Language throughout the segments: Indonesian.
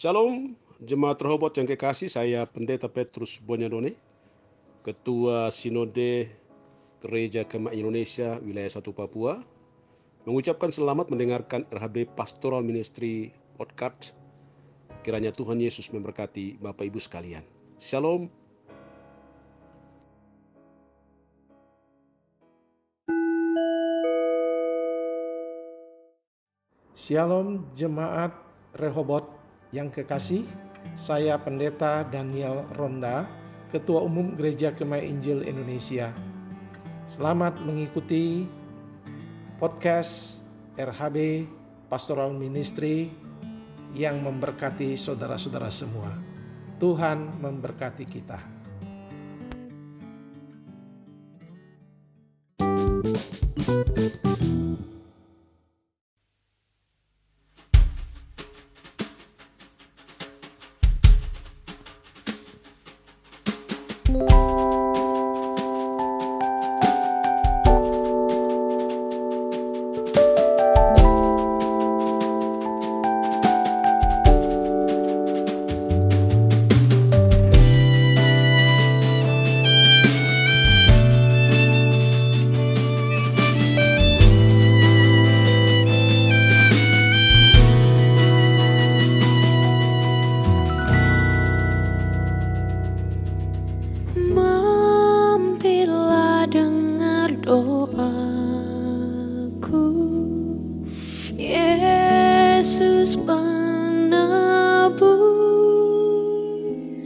Shalom, Jemaat Rehoboth yang kekasih, saya Pendeta Petrus Bonyadone, Ketua Sinode Gereja Kemah Indonesia Wilayah 1 Papua, mengucapkan selamat mendengarkan RHB Pastoral Ministry Podcast. Kiranya Tuhan Yesus memberkati Bapak Ibu sekalian. Shalom. Shalom Jemaat Rehoboth yang kekasih, saya Pendeta Daniel Ronda, Ketua Umum Gereja Kemah Injil Indonesia. Selamat mengikuti podcast RHB Pastoral Ministry yang memberkati saudara-saudara semua. Tuhan memberkati kita. Yesus penebus,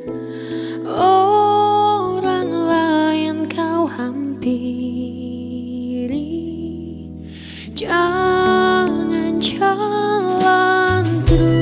orang lain kau hampiri, jangan jalan terus.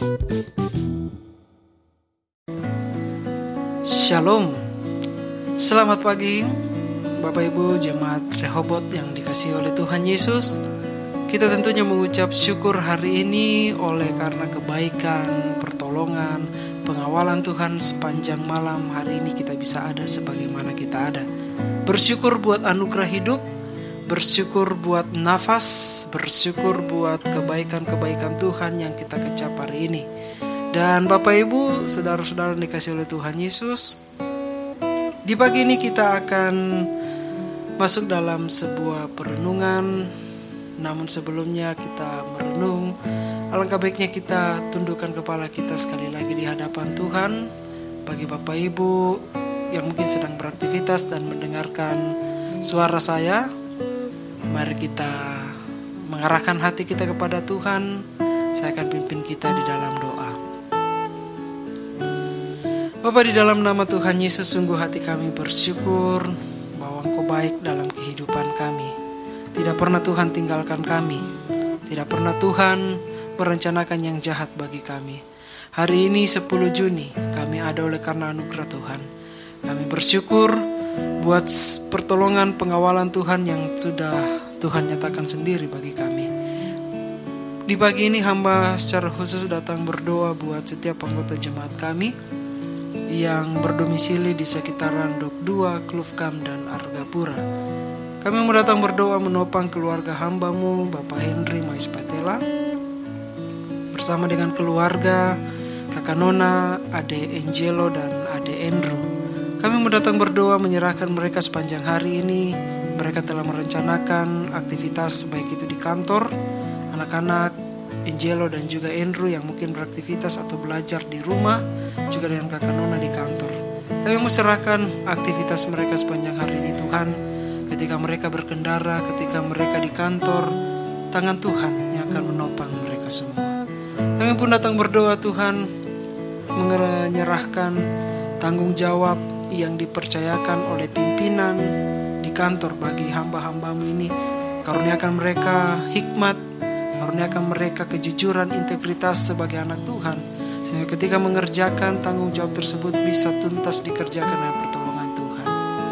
Shalom. Selamat pagi Bapak Ibu Jemaat Rehoboth yang dikasihi oleh Tuhan Yesus. Kita tentunya mengucap syukur hari ini oleh karena kebaikan, pertolongan, pengawalan Tuhan sepanjang malam. Hari ini kita bisa ada sebagaimana kita ada. Bersyukur buat anugerah hidup, bersyukur buat nafas, bersyukur buat kebaikan-kebaikan Tuhan yang kita kecap hari ini. Dan Bapak Ibu, saudara-saudara yang dikasihi oleh Tuhan Yesus, di pagi ini kita akan masuk dalam sebuah perenungan. Namun sebelumnya kita merenung, alangkah baiknya kita tundukkan kepala kita sekali lagi di hadapan Tuhan. Bagi Bapak Ibu yang mungkin sedang beraktivitas dan mendengarkan suara saya, mari kita mengarahkan hati kita kepada Tuhan. Saya akan pimpin kita di dalam doa. Bapa, di dalam nama Tuhan Yesus, sungguh hati kami bersyukur bahwa Engkau baik dalam kehidupan kami. Tidak pernah Tuhan tinggalkan kami. Tidak pernah Tuhan merencanakan yang jahat bagi kami. Hari ini 10 Juni kami ada oleh karena anugerah Tuhan. Kami bersyukur buat pertolongan pengawalan Tuhan yang sudah Tuhan nyatakan sendiri bagi kami. Di pagi ini hamba secara khusus datang berdoa buat setiap anggota jemaat kami yang berdomisili di sekitaran Dok 2, Klufkam, dan Argapura. Kami mau datang berdoa menopang keluarga hamba-Mu, Bapak Henry Maispatela, bersama dengan keluarga Kakak Nona, Ade Angelo, dan Ade Andrew. Kami mau datang berdoa menyerahkan mereka sepanjang hari ini. Mereka telah merencanakan aktivitas baik itu di kantor, anak-anak Angelo dan juga Andrew yang mungkin beraktivitas atau belajar di rumah, juga dengan Kakak Nona di kantor. Kami mau serahkan aktivitas mereka sepanjang hari ini Tuhan. Ketika mereka berkendara, ketika mereka di kantor, tangan Tuhan yang akan menopang mereka semua. Kami pun datang berdoa Tuhan, menyerahkan tanggung jawab yang dipercayakan oleh pimpinan di kantor bagi hamba-hamba-Mu ini. Karuniakan mereka hikmat, karuniakan mereka kejujuran, integritas sebagai anak Tuhan, sehingga ketika mengerjakan tanggung jawab tersebut bisa tuntas dikerjakan dengan pertolongan Tuhan.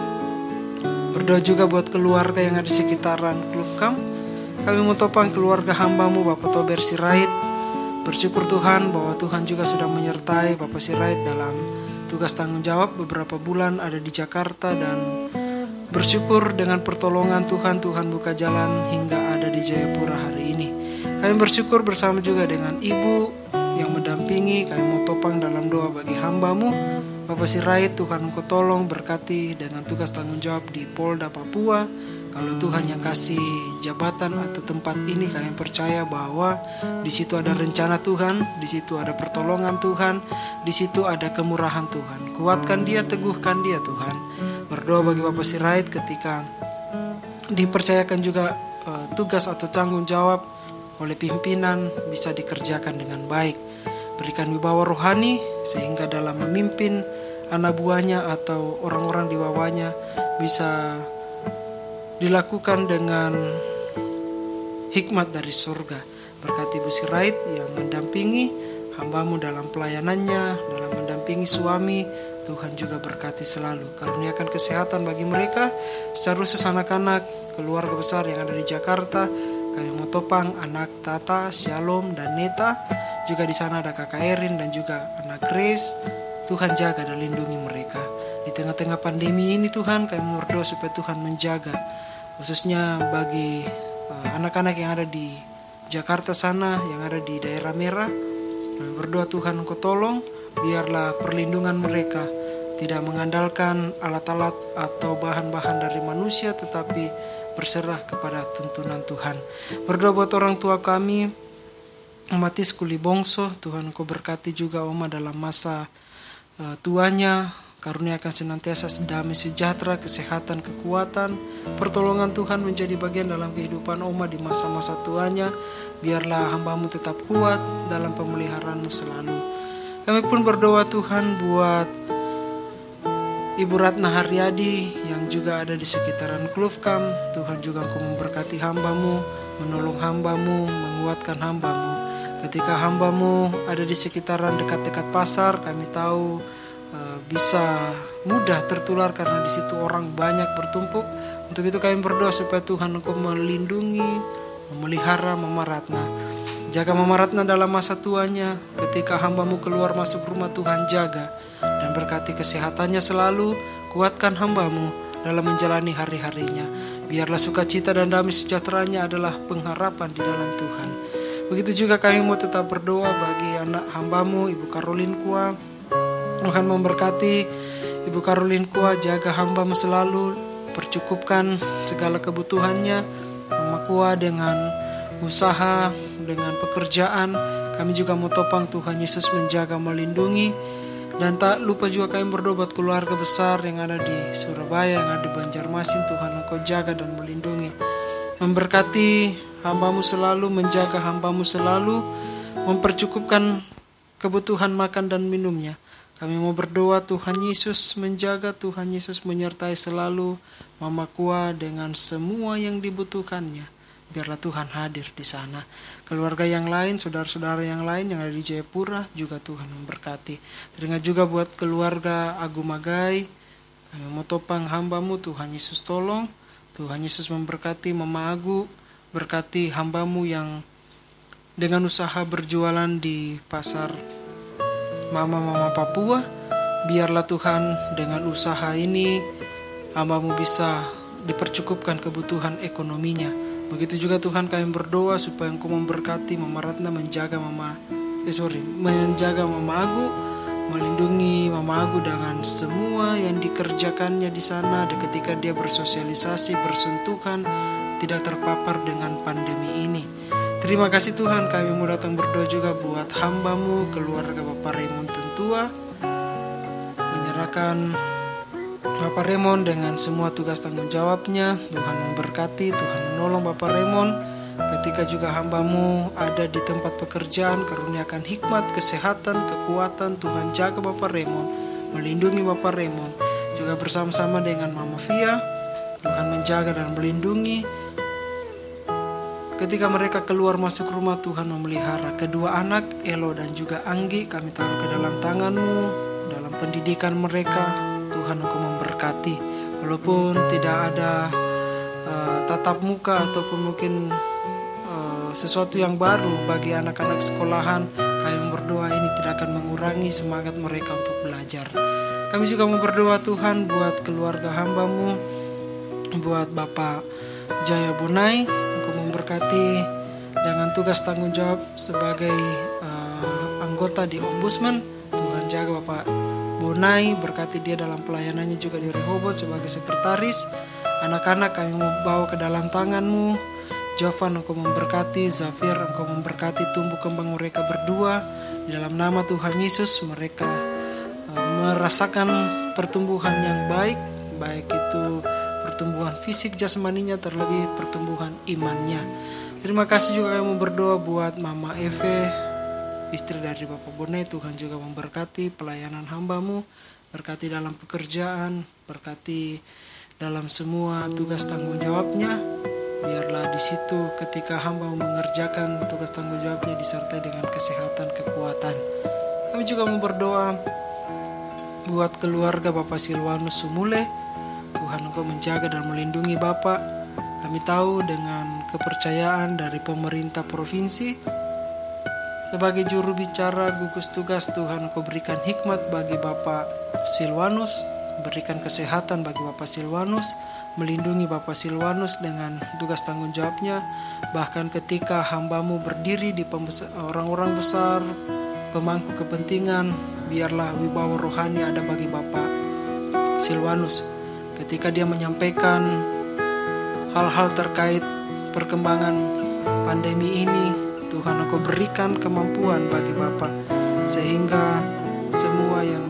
Berdoa juga buat keluarga yang ada di sekitaran Klufkam. Kami mentopang keluarga hamba-Mu Bapak Tober Sirait. Bersyukur Tuhan bahwa Tuhan juga sudah menyertai Bapak Sirait dalam tugas tanggung jawab beberapa bulan ada di Jakarta, dan bersyukur dengan pertolongan Tuhan, Tuhan buka jalan hingga ada di Jayapura hari ini. Kami bersyukur bersama juga dengan Ibu yang mendampingi. Kami mau topang dalam doa bagi hamba-Mu Bapak Sirait. Tuhan Engkau tolong berkati dengan tugas tanggung jawab di Polda Papua. Kalau Tuhan yang kasih jabatan atau tempat ini, kami percaya bahwa di situ ada rencana Tuhan, di situ ada pertolongan Tuhan, di situ ada kemurahan Tuhan. Kuatkan dia, teguhkan dia Tuhan. Berdoa bagi Bapak Sirait ketika dipercayakan juga tugas atau tanggung jawab oleh pimpinan bisa dikerjakan dengan baik. Berikan wibawa rohani sehingga dalam memimpin anak buahnya atau orang-orang di bawahnya bisa dilakukan dengan hikmat dari surga. Berkati Ibu Sirait yang mendampingi hamba-Mu dalam pelayanannya, dalam mendampingi suami. Tuhan juga berkati selalu. Karuniakan kesehatan bagi mereka, secara khusus anak-anak keluarga besar yang ada di Jakarta. Kami mau topang anak Tata, Shalom, dan Neta. Juga di sana ada Kakak Erin dan juga anak Grace. Tuhan jaga dan lindungi mereka. Di tengah-tengah pandemi ini Tuhan, kami berdoa supaya Tuhan menjaga. Khususnya bagi anak-anak yang ada di Jakarta sana, yang ada di daerah merah. Kami berdoa Tuhan Engkau tolong, biarlah perlindungan mereka tidak mengandalkan alat-alat atau bahan-bahan dari manusia, tetapi berserah kepada tuntunan Tuhan. Berdoa buat orang tua kami, Matis Kuli Bongso. Tuhan Engkau berkati juga Oma dalam masa tuanya. Karuniakan senantiasa damai sejahtera, kesehatan, kekuatan, pertolongan Tuhan menjadi bagian dalam kehidupan Oma di masa-masa tuanya. Biarlah hamba-Mu tetap kuat dalam pemeliharaan-Mu selalu. Kami pun berdoa Tuhan buat Ibu Ratna Haryadi yang juga ada di sekitaran Klufkam. Tuhan juga Engkau memberkati hamba-Mu, menolong hamba-Mu, menguatkan hamba-Mu. Ketika hamba-Mu ada di sekitaran dekat-dekat pasar, kami tahu bisa mudah tertular karena di situ orang banyak bertumpuk. Untuk itu kami berdoa supaya Tuhan Engkau melindungi, memelihara Mama Ratna. Jaga Mama Ratna dalam masa tuanya. Ketika hamba-Mu keluar masuk rumah, Tuhan jaga dan berkati kesehatannya selalu. Kuatkan hamba-Mu dalam menjalani hari-harinya. Biarlah sukacita dan damai sejahteranya adalah pengharapan di dalam Tuhan. Begitu juga kami mau tetap berdoa bagi anak hamba-Mu, Ibu Caroline Kua. Tuhan memberkati Ibu Caroline Kua, jaga hamba-Mu selalu, percukupkan segala kebutuhannya. Mama Kua dengan usaha, dengan pekerjaan, kami juga mau topang Tuhan Yesus menjaga, melindungi. Dan tak lupa juga kami berdoa buat keluarga besar yang ada di Surabaya, yang ada di Banjarmasin. Tuhan Engkau jaga dan melindungi, memberkati hamba-Mu selalu, menjaga hamba-Mu selalu, mempercukupkan kebutuhan makan dan minumnya. Kami mau berdoa Tuhan Yesus menjaga, Tuhan Yesus menyertai selalu Mama Kua dengan semua yang dibutuhkannya. Biarlah Tuhan hadir di sana. Keluarga yang lain, saudara-saudara yang lain yang ada di Jayapura juga Tuhan memberkati. Teringat juga buat keluarga Agu Magai. Kami mau topang hamba-Mu, Tuhan Yesus tolong. Tuhan Yesus memberkati Mama Agu. Berkati hamba-Mu yang dengan usaha berjualan di pasar Mama Papua. Biarlah Tuhan dengan usaha ini hamba-Mu bisa dipercukupkan kebutuhan ekonominya. Begitu juga Tuhan kami berdoa supaya Engkau memberkati Mama Ratna, menjaga Mama Agu, melindungi Mama Agu dengan semua yang dikerjakannya di sana. Dan ketika dia bersosialisasi, bersentuhan, tidak terpapar dengan pandemi ini. Terima kasih Tuhan, kami mau datang berdoa juga buat hamba-Mu, keluarga Bapak Raymond Tentua. Menyerahkan Bapak Raymond dengan semua tugas tanggung jawabnya. Tuhan memberkati, Tuhan menolong Bapak Raymond. Ketika juga hamba-Mu ada di tempat pekerjaan, karuniakan hikmat, kesehatan, kekuatan. Tuhan jaga Bapak Raymond, melindungi Bapak Raymond. Juga bersama-sama dengan Mama Fia, Tuhan menjaga dan melindungi. Ketika mereka keluar masuk rumah, Tuhan memelihara kedua anak, Elo dan juga Anggi. Kami taruh ke dalam tangan-Mu, dalam pendidikan mereka. Tuhan Engkau memberkati. Walaupun tidak ada tatap muka ataupun mungkin sesuatu yang baru bagi anak-anak sekolahan, kami berdoa ini tidak akan mengurangi semangat mereka untuk belajar. Kami juga mau berdoa Tuhan buat keluarga hamba-Mu, buat Bapak Jaya Bonai. Engkau memberkati dengan tugas tanggung jawab sebagai anggota di Ombudsman. Tuhan jaga Bapak Bonai, berkati dia dalam pelayanannya juga di Rehoboth sebagai sekretaris. Anak-anak kami mau bawa ke dalam tangan-Mu. Jovan Engkau memberkati, Zafir Engkau memberkati tumbuh kembang mereka berdua. Di dalam nama Tuhan Yesus mereka merasakan pertumbuhan yang baik, baik itu pertumbuhan fisik jasmaninya, terlebih pertumbuhan imannya. Terima kasih juga kami mau berdoa buat Mama Eve, istri dari Bapak Bonai. Tuhan juga memberkati pelayanan hamba-Mu, berkati dalam pekerjaan, berkati dalam semua tugas tanggung jawabnya. Biarlah di situ ketika hamba mengerjakan tugas tanggung jawabnya disertai dengan kesehatan, kekuatan. Kami juga mau berdoa buat keluarga Bapak Silwanus Sumule. Tuhan Engkau menjaga dan melindungi Bapak. Kami tahu dengan kepercayaan dari pemerintah provinsi, sebagai juru bicara gugus tugas, Tuhan Engkau berikan hikmat bagi Bapak Silwanus, berikan kesehatan bagi Bapak Silwanus, melindungi Bapak Silwanus dengan tugas tanggung jawabnya. Bahkan ketika hamba-Mu berdiri di orang-orang besar, pemangku kepentingan, biarlah wibawa rohani ada bagi Bapak Silwanus. Ketika dia menyampaikan hal-hal terkait perkembangan pandemi ini, Tuhan Engkau berikan kemampuan bagi Bapak, sehingga semua yang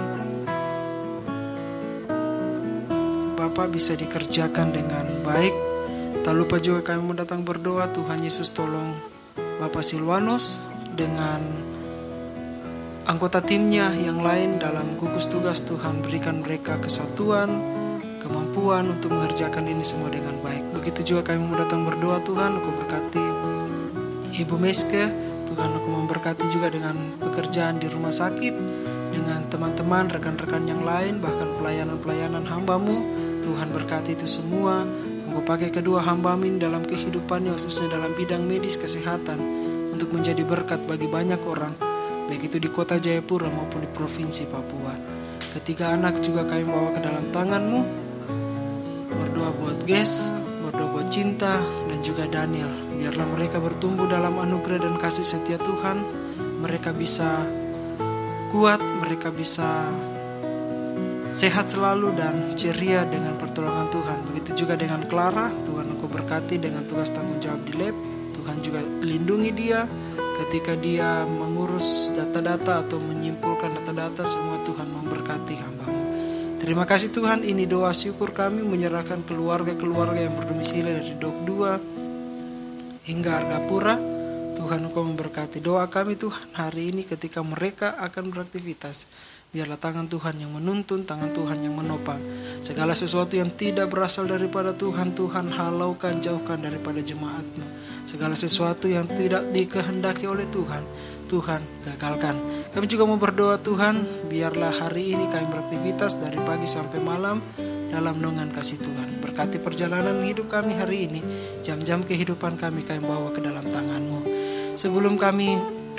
Bapak bisa dikerjakan dengan baik. Tak lupa juga kami mendatang berdoa, Tuhan Yesus tolong Bapak Silwanus dengan anggota timnya yang lain dalam gugus tugas. Tuhan berikan mereka kesatuan, kemampuan untuk mengerjakan ini semua dengan baik. Begitu juga kami mendatang berdoa, Tuhan Engkau berkati Ibu Meske. Tuhan Engkau memberkati juga dengan pekerjaan di rumah sakit, dengan teman-teman, rekan-rekan yang lain, bahkan pelayanan-pelayanan hamba-Mu. Tuhan berkati itu semua. Engkau pakai kedua hamba-Mu ini dalam kehidupannya, khususnya dalam bidang medis kesehatan, untuk menjadi berkat bagi banyak orang, baik itu di kota Jayapura maupun di provinsi Papua. Ketiga anak juga kami bawa ke dalam tangan-Mu. Berdoa buat Ges, berdoa buat Cinta, dan juga Daniel. Biarlah mereka bertumbuh dalam anugerah dan kasih setia Tuhan. Mereka bisa kuat, mereka bisa sehat selalu dan ceria dengan pertolongan Tuhan. Begitu juga dengan Clara, Tuhan Engkau berkati dengan tugas tanggung jawab di lab. Tuhan juga lindungi dia ketika dia mengurus data-data atau menyimpulkan data-data. Semua Tuhan memberkati hamba-Mu. Terima kasih Tuhan, ini doa syukur kami menyerahkan keluarga-keluarga yang berdomisili dari Dok 2 hingga Argapura. Tuhan Engkau memberkati doa kami Tuhan hari ini ketika mereka akan beraktivitas. Biarlah tangan Tuhan yang menuntun, tangan Tuhan yang menopang. Segala sesuatu yang tidak berasal daripada Tuhan, Tuhan halaukan, jauhkan daripada jemaat-Mu. Segala sesuatu yang tidak dikehendaki oleh Tuhan, Tuhan gagalkan. Kami juga mau berdoa Tuhan, biarlah hari ini kami beraktivitas dari pagi sampai malam dalam naungan kasih Tuhan. Berkati perjalanan hidup kami hari ini, jam-jam kehidupan kami bawa ke dalam tangan-Mu. Sebelum kami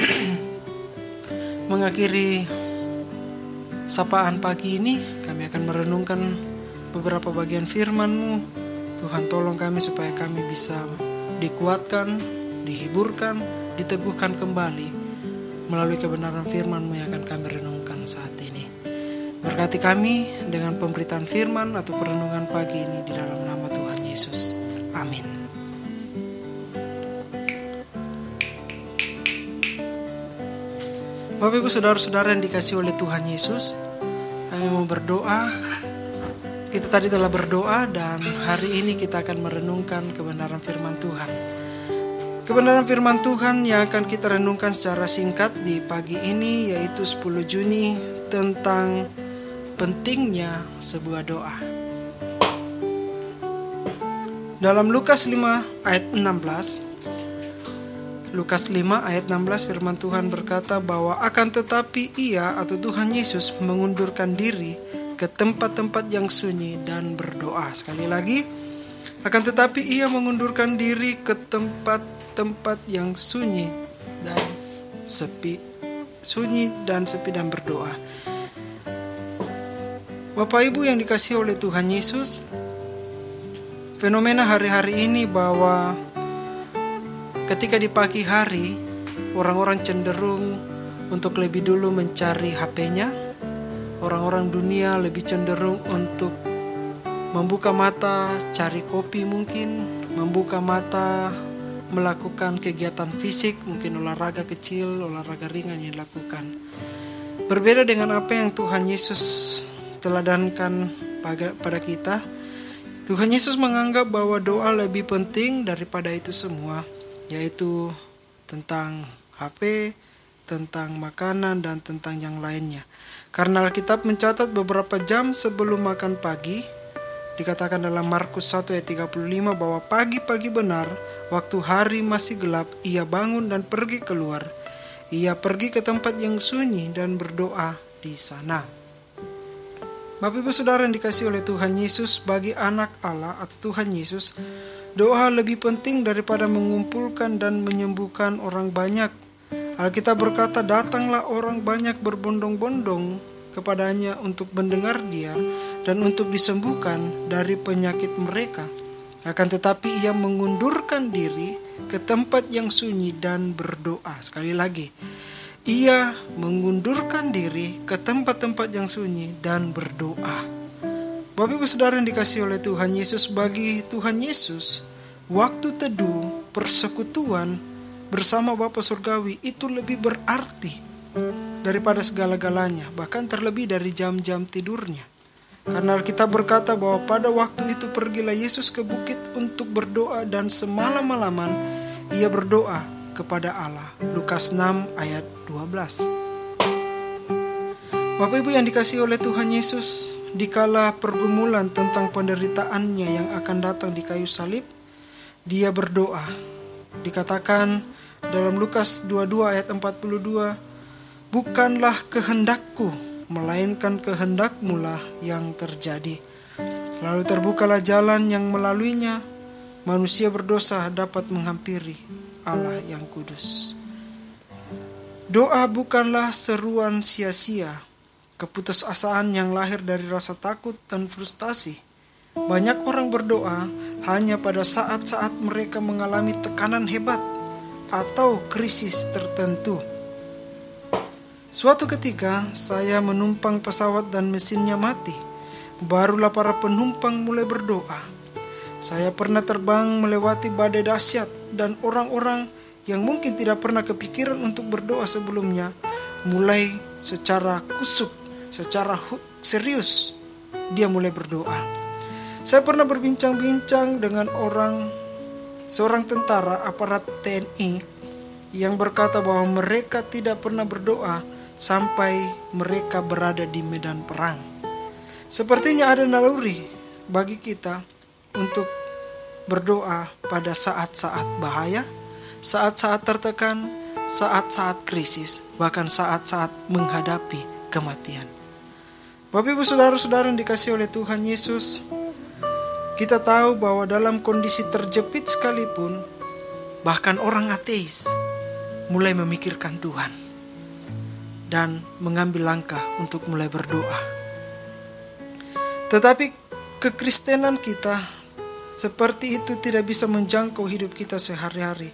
mengakhiri sapaan pagi ini, kami akan merenungkan beberapa bagian firman-Mu. Tuhan tolong kami supaya kami bisa dikuatkan, dihiburkan, diteguhkan kembali melalui kebenaran firman-Mu yang akan kami renungkan saat ini. Berkati kami dengan pemberitaan firman atau perenungan pagi ini di dalam nama Tuhan Yesus. Amin. Bapak Ibu Saudara-saudara yang dikasihi oleh Tuhan Yesus, kami mau berdoa. Kita tadi telah berdoa dan hari ini kita akan merenungkan kebenaran firman Tuhan. Kebenaran firman Tuhan yang akan kita renungkan secara singkat di pagi ini yaitu 10 Juni tentang pentingnya sebuah doa. Dalam Lukas 5 ayat 16, Lukas 5 ayat 16 firman Tuhan berkata bahwa akan tetapi ia atau Tuhan Yesus mengundurkan diri ke tempat-tempat yang sunyi dan berdoa. Sekali lagi, akan tetapi ia mengundurkan diri ke tempat-tempat yang sunyi dan sepi dan berdoa. Bapak Ibu yang dikasihi oleh Tuhan Yesus, fenomena hari-hari ini bahwa ketika di pagi hari, orang-orang cenderung untuk lebih dulu mencari HP-nya. Orang-orang dunia lebih cenderung untuk membuka mata, cari kopi mungkin, membuka mata, melakukan kegiatan fisik, mungkin olahraga kecil, olahraga ringan yang dilakukan. Berbeda dengan apa yang Tuhan Yesus teladankan pada kita, Tuhan Yesus menganggap bahwa doa lebih penting daripada itu semua, yaitu tentang HP, tentang makanan, dan tentang yang lainnya. Karena Alkitab mencatat beberapa jam sebelum makan pagi, dikatakan dalam Markus 1 ayat 35 bahwa pagi-pagi benar, waktu hari masih gelap, ia bangun dan pergi keluar. Ia pergi ke tempat yang sunyi dan berdoa di sana. Bapak Ibu Saudara yang dikasihi oleh Tuhan Yesus, bagi anak Allah atau Tuhan Yesus, doa lebih penting daripada mengumpulkan dan menyembuhkan orang banyak. Alkitab berkata, datanglah orang banyak berbondong-bondong kepadanya untuk mendengar dia dan untuk disembuhkan dari penyakit mereka. Akan tetapi ia mengundurkan diri ke tempat yang sunyi dan berdoa. Sekali lagi, ia mengundurkan diri ke tempat-tempat yang sunyi dan berdoa. Bapak Ibu Saudara yang dikasihi oleh Tuhan Yesus, bagi Tuhan Yesus, waktu teduh, persekutuan bersama Bapa Surgawi itu lebih berarti daripada segala-galanya, bahkan terlebih dari jam-jam tidurnya. Karena Alkitab berkata bahwa pada waktu itu pergilah Yesus ke bukit untuk berdoa dan semalam-malaman ia berdoa kepada Allah. Lukas 6 ayat 12. Bapak Ibu yang dikasihi oleh Tuhan Yesus, dikala pergumulan tentang penderitaannya yang akan datang di kayu salib, dia berdoa. Dikatakan dalam Lukas 22 ayat 42, bukanlah kehendakku, melainkan kehendakmu lah yang terjadi. Lalu terbukalah jalan yang melaluinya manusia berdosa dapat menghampiri Allah yang kudus. Doa bukanlah seruan sia-sia, keputusasaan yang lahir dari rasa takut dan frustasi. Banyak orang berdoa hanya pada saat-saat mereka mengalami tekanan hebat atau krisis tertentu. Suatu ketika saya menumpang pesawat dan mesinnya mati. Barulah para penumpang mulai berdoa. Saya pernah terbang melewati badai dahsyat dan orang-orang yang mungkin tidak pernah kepikiran untuk berdoa sebelumnya mulai secara kusuk, secara serius dia mulai berdoa. Saya pernah berbincang-bincang dengan seorang tentara aparat TNI yang berkata bahwa mereka tidak pernah berdoa sampai mereka berada di medan perang. Sepertinya ada naluri bagi kita untuk berdoa pada saat-saat bahaya, saat-saat tertekan, saat-saat krisis, bahkan saat-saat menghadapi kematian. Bapak Ibu saudara-saudara yang dikasihi oleh Tuhan Yesus, kita tahu bahwa dalam kondisi terjepit sekalipun, bahkan orang ateis mulai memikirkan Tuhan dan mengambil langkah untuk mulai berdoa. Tetapi kekristenan kita seperti itu tidak bisa menjangkau hidup kita sehari-hari.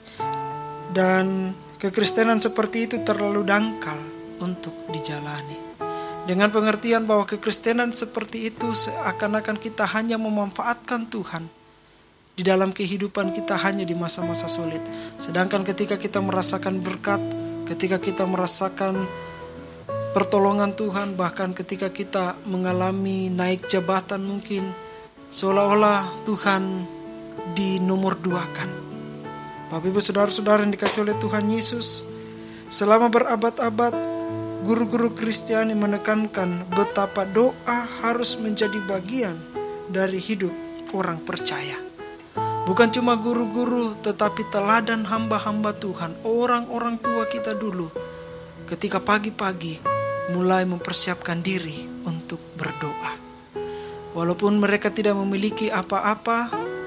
Dan kekristenan seperti itu terlalu dangkal untuk dijalani. Dengan pengertian bahwa kekristenan seperti itu seakan-akan kita hanya memanfaatkan Tuhan di dalam kehidupan kita hanya di masa-masa sulit. Sedangkan ketika kita merasakan berkat, ketika kita merasakan pertolongan Tuhan, bahkan ketika kita mengalami naik jabatan mungkin, seolah-olah Tuhan dinomor duakan. Bapak Ibu saudara-saudara yang dikasihi oleh Tuhan Yesus, selama berabad-abad guru-guru Kristiani menekankan betapa doa harus menjadi bagian dari hidup orang percaya. Bukan cuma guru-guru, tetapi teladan hamba-hamba Tuhan, orang-orang tua kita dulu, ketika pagi-pagi mulai mempersiapkan diri untuk berdoa. Walaupun mereka tidak memiliki apa-apa,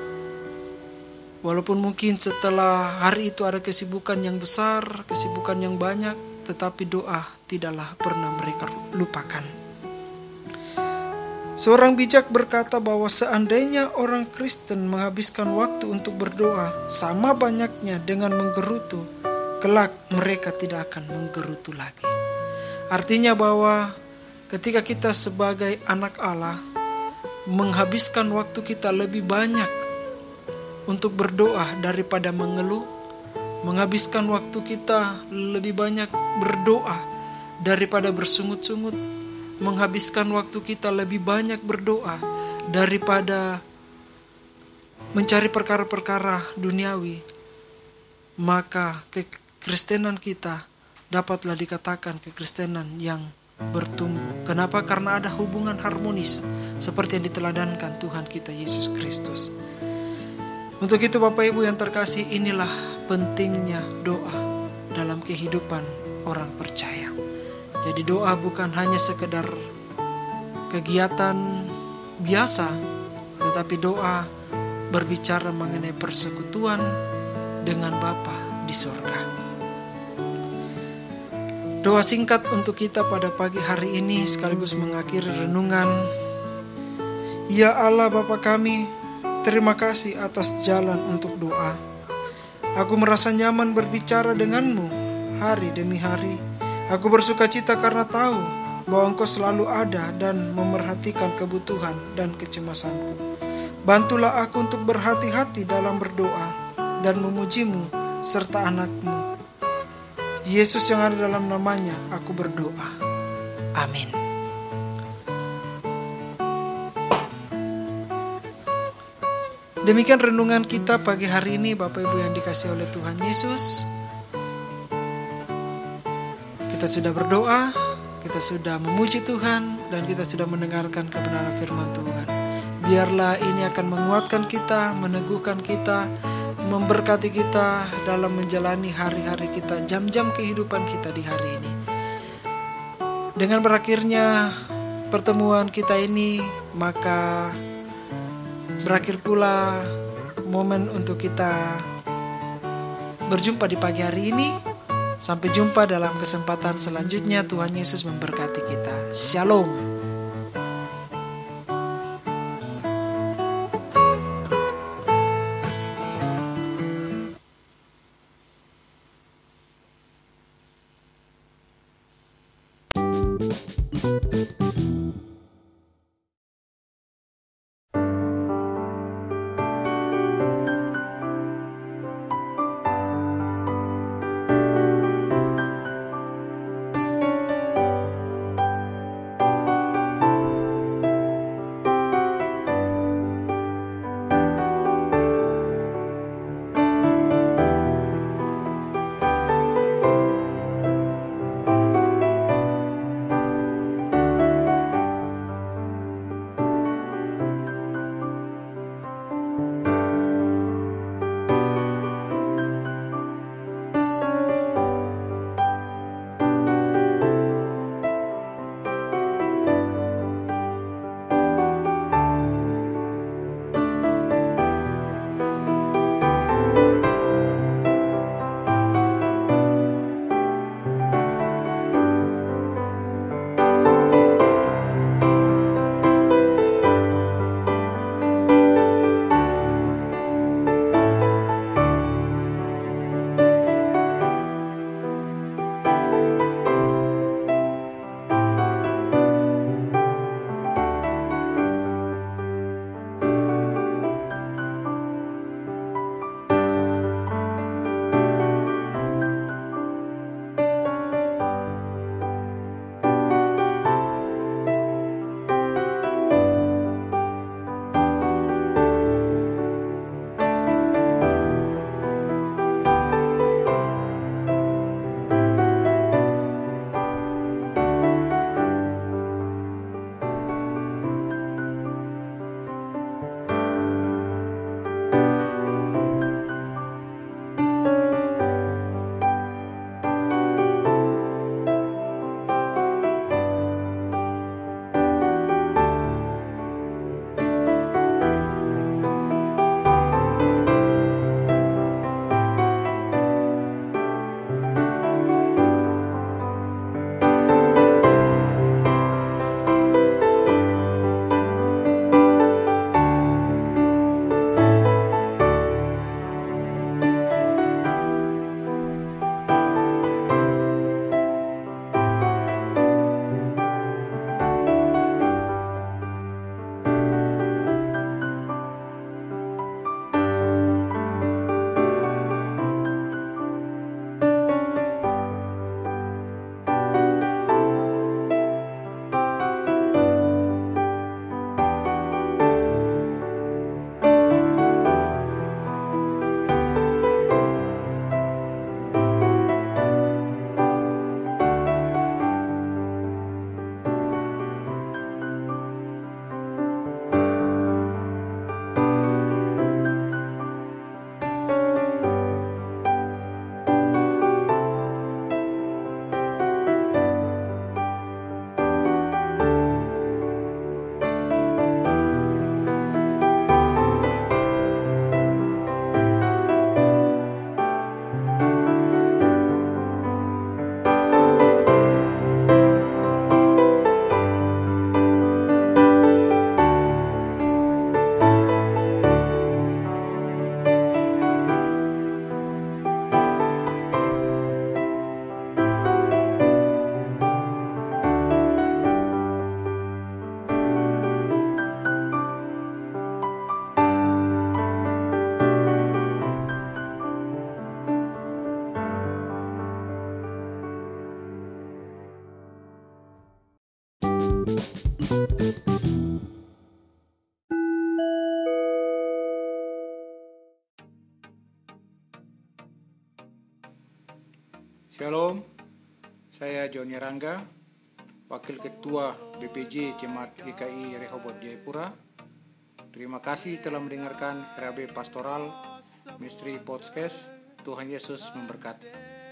walaupun mungkin setelah hari itu ada kesibukan yang besar, kesibukan yang banyak, tetapi doa tidaklah pernah mereka lupakan. Seorang bijak berkata bahwa seandainya orang Kristen menghabiskan waktu untuk berdoa sama banyaknya dengan menggerutu, kelak mereka tidak akan menggerutu lagi. Artinya bahwa ketika kita sebagai anak Allah menghabiskan waktu kita lebih banyak untuk berdoa daripada mengeluh, menghabiskan waktu kita lebih banyak berdoa daripada bersungut-sungut, menghabiskan waktu kita lebih banyak berdoa daripada mencari perkara-perkara duniawi, maka kekristenan kita dapatlah dikatakan kekristenan yang bertumbuh. Kenapa? Karena ada hubungan harmonis seperti yang diteladankan Tuhan kita Yesus Kristus. Untuk itu Bapak Ibu yang terkasih, inilah pentingnya doa dalam kehidupan orang percaya. Jadi doa bukan hanya sekedar kegiatan biasa, tetapi doa berbicara mengenai persekutuan dengan Bapa di sorga. Doa singkat untuk kita pada pagi hari ini sekaligus mengakhiri renungan. Ya Allah Bapa kami, terima kasih atas jalan untuk doa. Aku merasa nyaman berbicara denganmu hari demi hari. Aku bersuka cita karena tahu bahwa Engkau selalu ada dan memerhatikan kebutuhan dan kecemasanku. Bantulah aku untuk berhati-hati dalam berdoa dan memujimu serta anak-Mu. Yesus yang ada dalam namanya aku berdoa. Amin. Demikian renungan kita pagi hari ini Bapak Ibu yang dikasihi oleh Tuhan Yesus. Kita sudah berdoa, kita sudah memuji Tuhan, dan kita sudah mendengarkan kebenaran firman Tuhan. Biarlah ini akan menguatkan kita, meneguhkan kita, memberkati kita dalam menjalani hari-hari kita, jam-jam kehidupan kita di hari ini. Dengan berakhirnya pertemuan kita ini, maka berakhir pula momen untuk kita berjumpa di pagi hari ini. Sampai jumpa dalam kesempatan selanjutnya. Tuhan Yesus memberkati kita. Shalom. Shalom, saya Joni Rangga, Wakil Ketua BPJ Jemaat GKI Rehoboth Jayapura. Terima kasih telah mendengarkan RAB Pastoral Ministry Podcast. Tuhan Yesus memberkati.